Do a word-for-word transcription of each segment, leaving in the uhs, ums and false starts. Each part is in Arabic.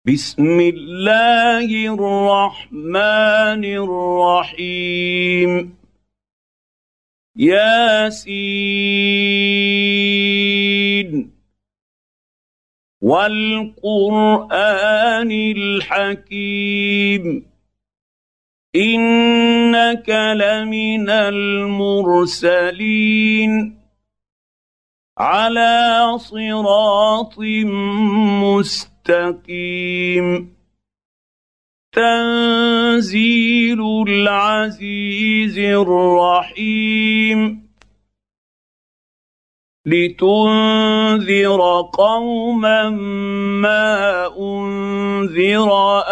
بسم الله الرحمن الرحيم ياسين والقرآن الحكيم إنك لمن المرسلين على صراط مستقيم تنزيل العزيز الرحيم لتنذر قوما ما أنذر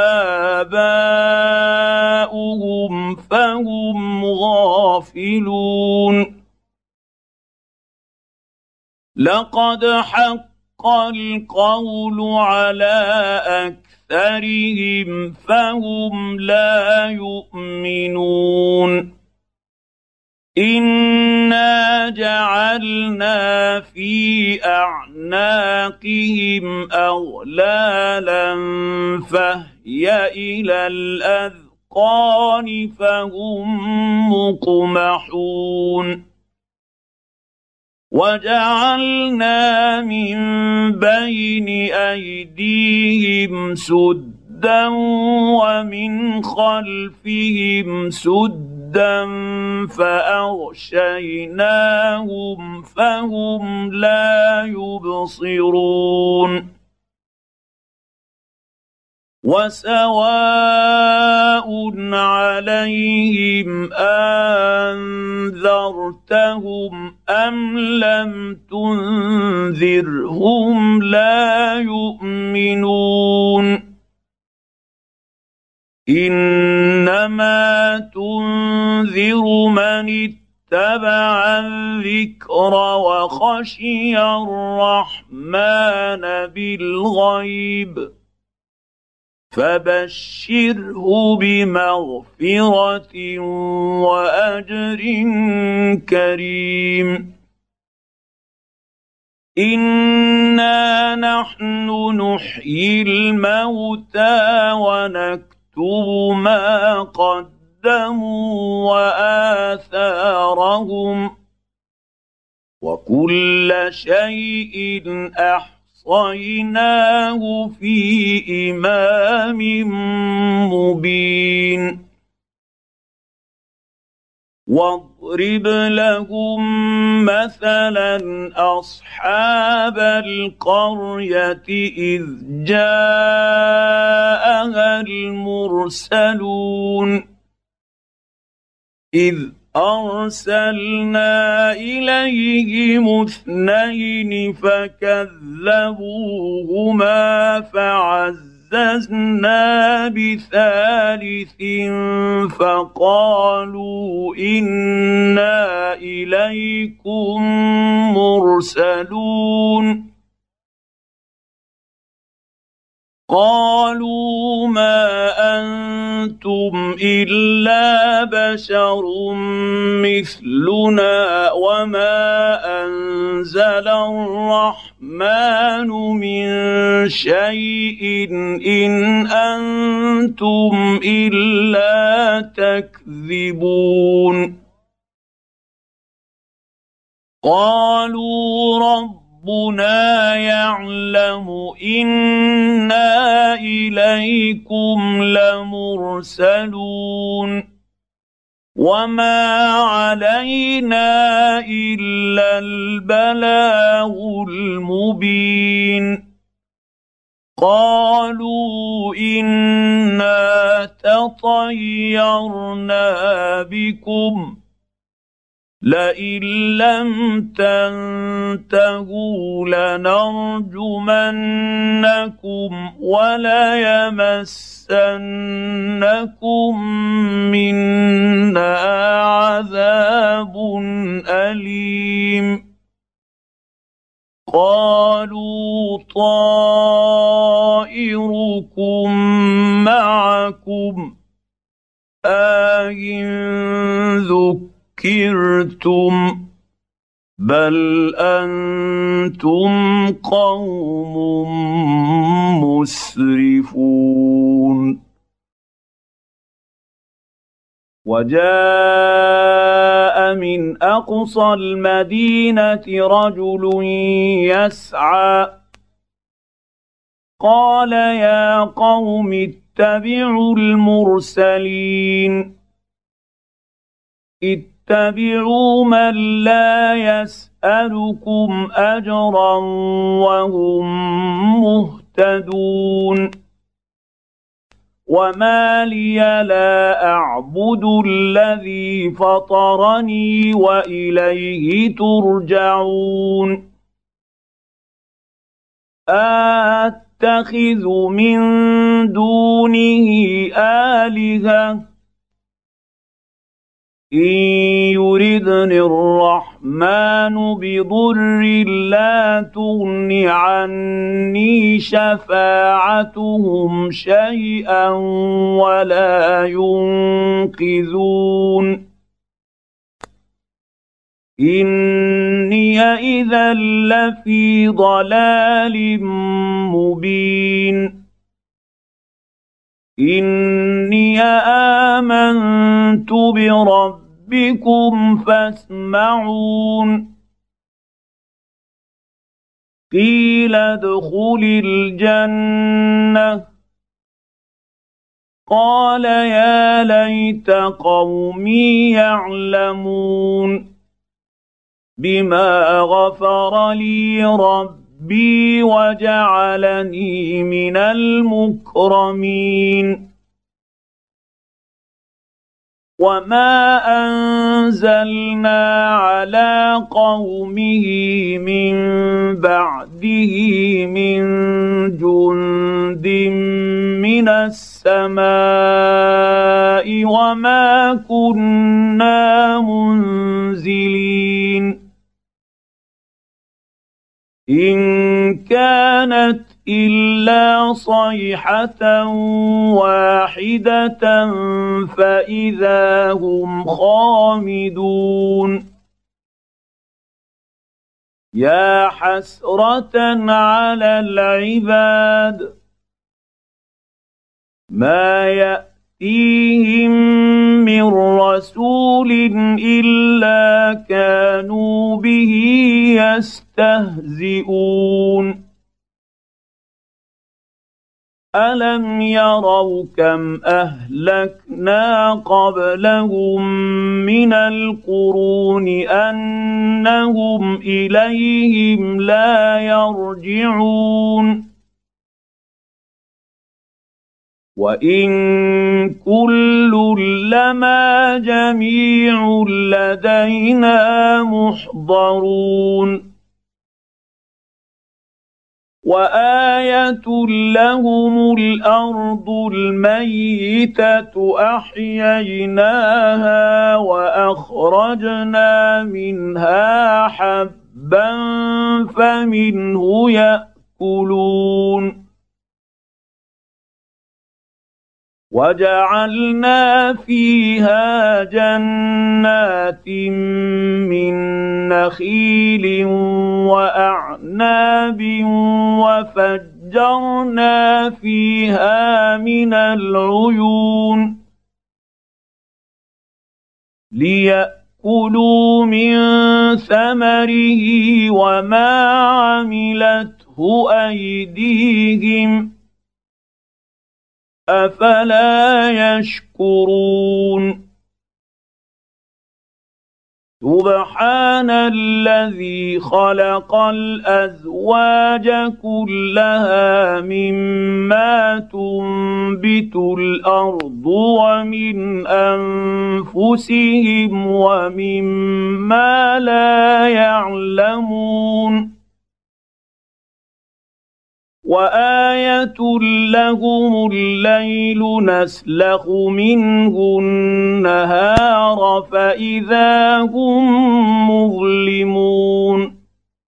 آباؤهم فهم غافلون لقد حق القول على أكثرهم فهم لا يؤمنون إنا جعلنا في أعناقهم أغلالا فهي إلى الأذقان فهم مقمحون وجعلنا من بين أيديهم سدا ومن خلفهم سدا فأغشيناهم فهم لا يبصرون وسواء عليهم أنذرتهم أم لم تنذرهم لا يؤمنون إنما تنذر من اتبع الذكر وخشي الرحمن بالغيب فبشره بمغفرة وأجر كريم إنا نحن نحيي الموتى ونكتب ما قدموا وآثارهم وكل شيء أحسن أحصيناه في إمام مبين واضرب لهم مثلا أصحاب القرية إذ جاءها المرسلون إذ أرسلنا إليهم اثنين فكذبوهما فعززنا بثالث فقالوا إنا إليكم مرسلون قالوا ما أنتم إلا بشر مثلنا وما أنزل الرحمن من شيء إن أنتم إلا تكذبون قالوا رب ربنا يعلم إنا إليكم لمرسلون وما علينا إلا البلاغ المبين قالوا إنا تطيرنا بكم لئن لم تنتهوا لنرجمنكم وليمسنكم منا عذاب أليم قالوا طائركم معكم أئن ذكرتم بل انتم قوم مسرفون. وجاء من اقصى المدينه رجل يسعى قال يا قوم اتبعوا المرسلين اتبعوا من لا يسألكم أجرا وهم مهتدون. وما لي لا أعبد الذي فطرني وإليه ترجعون. أتخذ من دونه آلهة إن يردني الرحمن بضر لا تغن عني شفاعتهم شيئا ولا ينقذون. إني إذا لفي ضلال مبين. إني آمنت بربكم فاسمعون. قيل ادخل الجنة قال يا ليت قومي يعلمون بما غفر لي ربي وجعلني من المكرمين. وما أنزلنا على قومه من بعده من جند من السماء وما كنا منزلين. إن كانت إلا صيحة واحدة فإذا هم خامدون. يا حسرة على العباد ما يأتيهم من رسول إلا كانوا به يستهزئون. ألم يروا كم أهلكنا قبلهم من القرون أنهم إليهم لا يرجعون. وإن كل لما جميع لدينا محضرون. وآية لهم الأرض الميتة أحييناها وأخرجنا منها حبا فمنه يأكلون. وجعلنا فيها جنات من نخيل وأعناب وفجرنا فيها من العيون ليأكلوا من ثمره وما عملته أيديهم أفلا يشكرون. سبحان الذي خلق الأزواج كلها مما تنبت الأرض ومن أنفسهم ومما لا يعلمون. وآية لهم الليل نسلخ منه النهار فإذا هم مظلمون.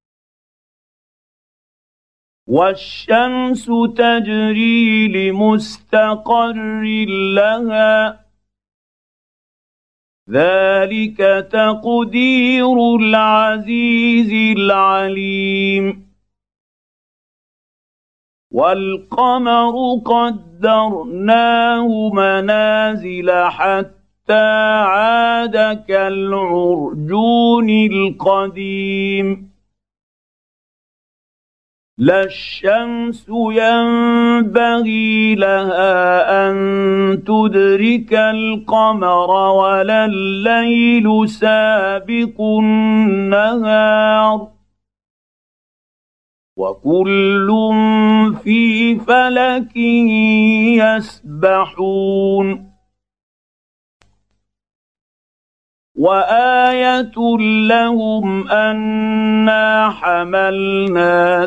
والشمس تجري لمستقر لها ذلك تقدير العزيز العليم والقمر قدرناه منازل حتى عاد كالعرجون القديم لا الشمس ينبغي لها أن تدرك القمر ولا الليل سابق النهار وكل في فلك يسبحون وآية لهم أنا حملنا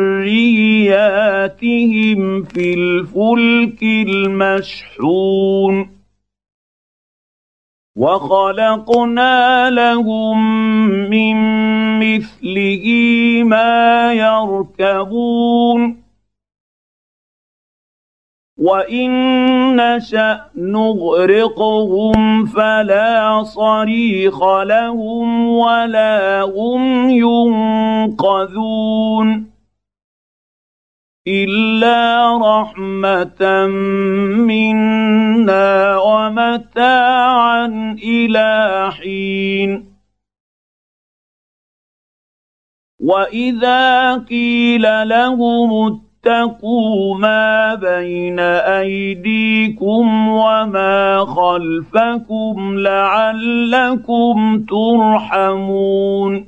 ذرياتهم في الفلك المشحون وخلقنا لهم من مثله ما يركبون وإن نشأ نغرقهم فلا صريخ لهم ولا هم ينقذون إلا رحمة منا ومتاعا إلى حين وإذا قيل لهم اتقوا ما بين أيديكم وما خلفكم لعلكم ترحمون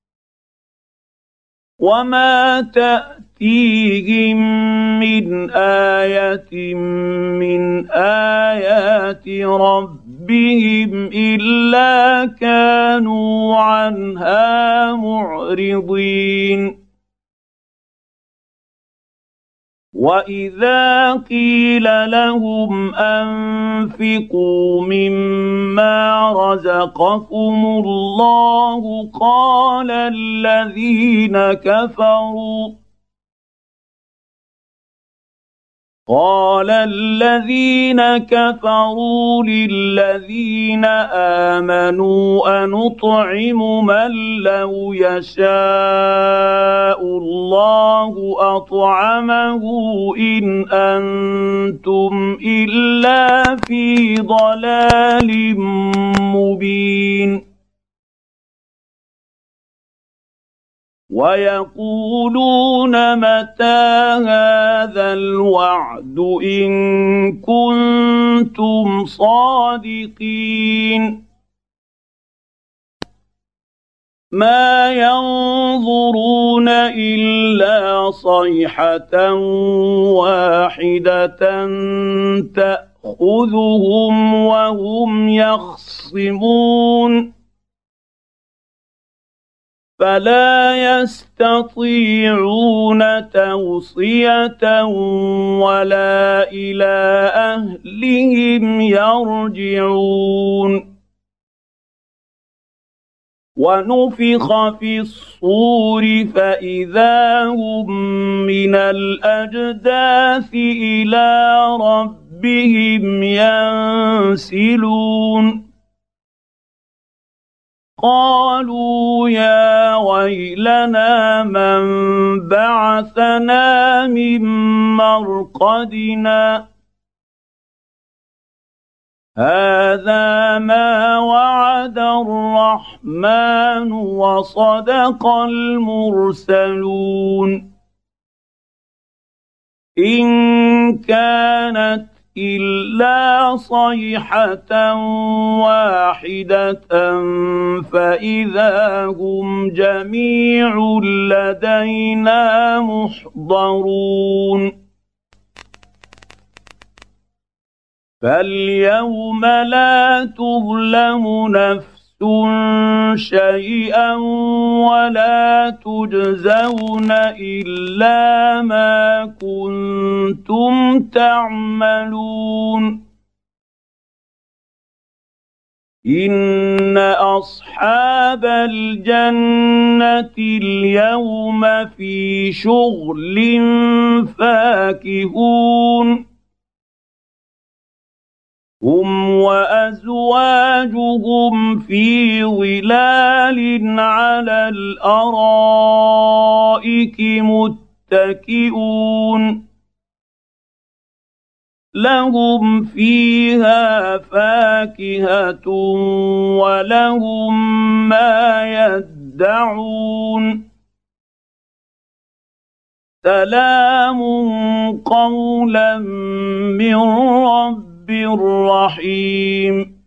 وما تأتيهم من آية من آيات ربهم إلا كانوا عنها معرضين وإذا قيل لهم أنفقوا مما رزقكم الله قال الذين كفروا قال الذين كفروا للذين آمنوا أنطعم من لو يشاء الله أطعمه إن أنتم إلا في ضلال مبين ويقولون متى هذا الوعد إن كنتم صادقين ما ينظرون إلا صيحة واحدة تأخذهم وهم يخصمون فلا يستطيعون توصية ولا إلى أهلهم يرجعون ونفخ في الصور فإذا هم من الأجداث إلى ربهم ينسلون قالوا يا ويلنا من بعثنا من مرقدنا هذا ما وعد الرحمن وصدق المرسلون إن كانت إلا صيحة واحدة فإذا هم جميع لدينا محضرون فاليوم لا تظلم نفس شيئا ولا تجزون إلا ما كنتم تعملون إن أصحاب الجنة اليوم في شغل فاكهون هم وأزواجهم وازواجهم في ظلال على الارائك متكئون لهم فيها فاكهة ولهم ما يدعون سلام قولا من رب رحيم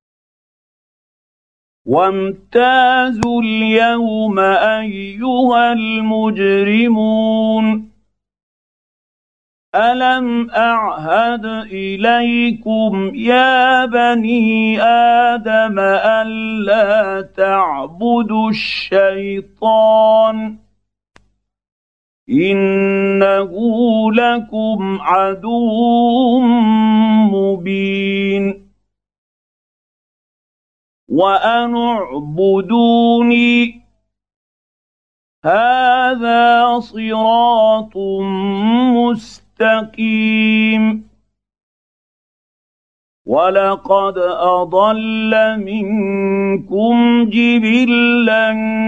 وامتازوا اليوم أيها المجرمون ألم أعهد إليكم يا بني آدم ألا تعبدوا الشيطان إنه لكم عدو مبين وأن اعبدوني هذا صراط مستقيم ولقد أضل منكم جبلا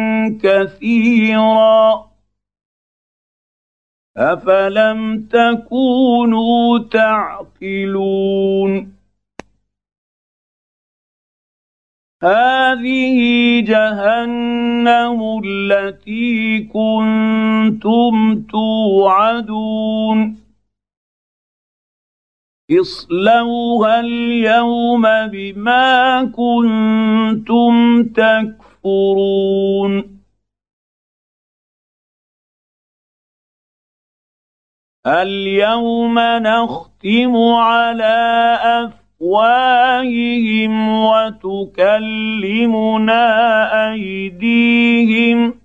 كثيرا أفلم تكونوا تعقلون هذه جهنم التي كنتم توعدون اصلوها اليوم بما كنتم تكفرون اليوم نختم على أفواههم وتكلمنا أيديهم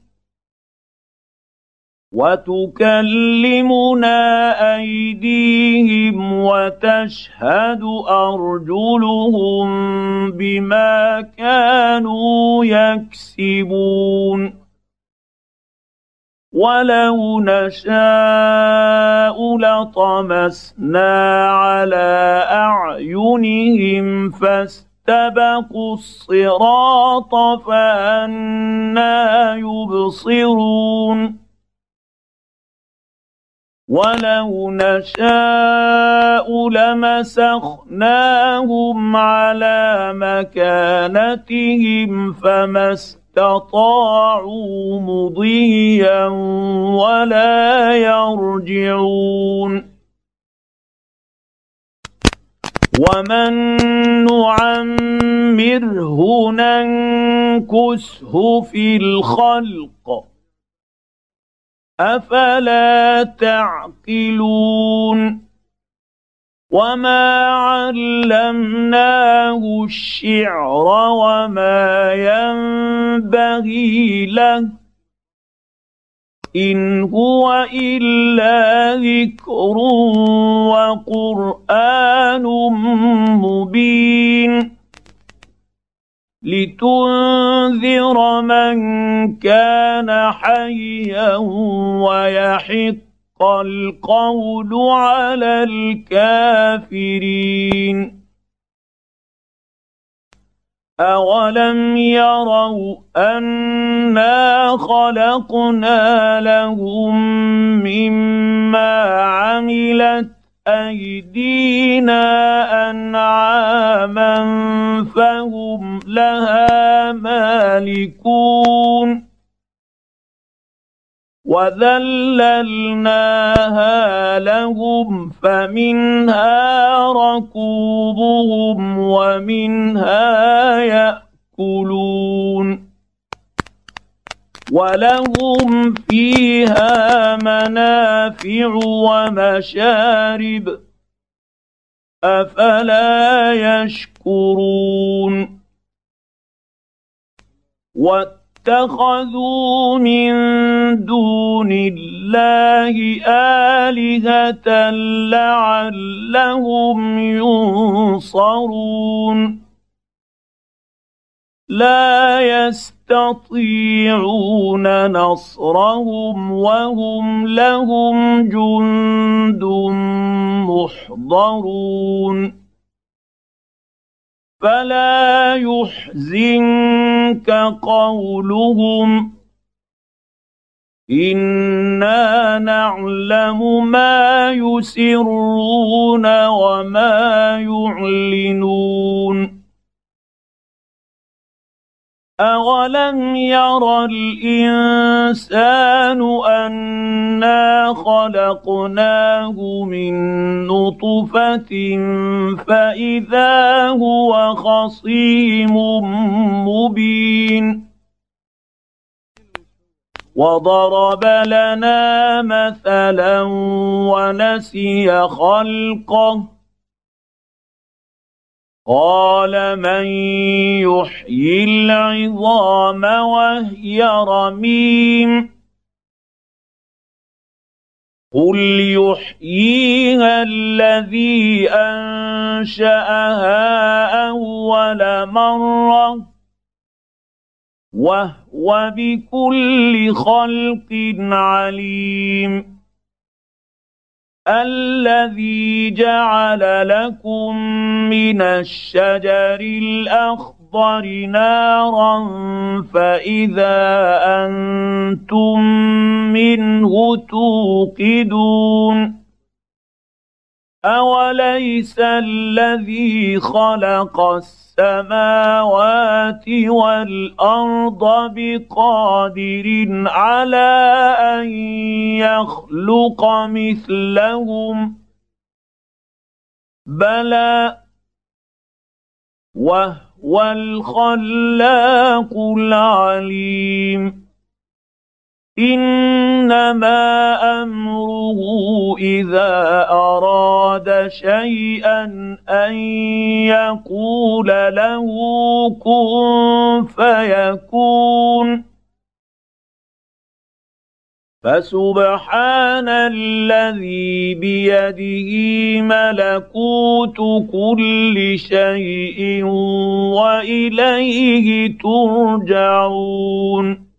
وتكلمنا أيديهم وتشهد أرجلهم بما كانوا يكسبون ولو نشاء لطمسنا على أعينهم فاستبقوا الصراط فأنى يبصرون ولو نشاء لمسخناهم على مكانتهم فما استطاعوا مضيا ولا يرجعون ومن نعمره ننكسه في الخلق أفلا تعقلون وما علمناه الشعر وما ينبغي له إن هو إلا ذكر وقرآن مبين لتنذر من كان حيا ويحق القول على الكافرين أولم يروا أنا خلقنا لهم مما عملت أيدينا أنعاما فهم لها مالكون وذللناها لهم فمنها ركوبهم ومنها يأكلون ولهم فيها منافع ومشارب أفلا يشكرون واتخذوا من دون الله آلهة لعلهم ينصرون لا يستطيعون نصرهم وهم لهم جند محضرون فلا يحزنك قولهم إنا نعلم ما يسرون وما يعلنون أولم ير الإنسان أنا خلقناه من نطفة فإذا هو خصيم مبين وضرب لنا مثلا ونسي خلقه قال من يحيي العظام وهي رميم قل يحييها الذي أنشأها أول مرة وهو بكل خلق عليم الذي جعل لكم من الشجر الأخضر نارا فإذا أنتم منه توقدون أوليس الذي خلق السماوات والأرض بقادر على أن يخلق مثلهم بلى وهو الخلاق العليم إنما أمره إذا أراد شيئا أن يقول له كن فيكون فسبحان الذي بيده ملكوت كل شيء وإليه ترجعون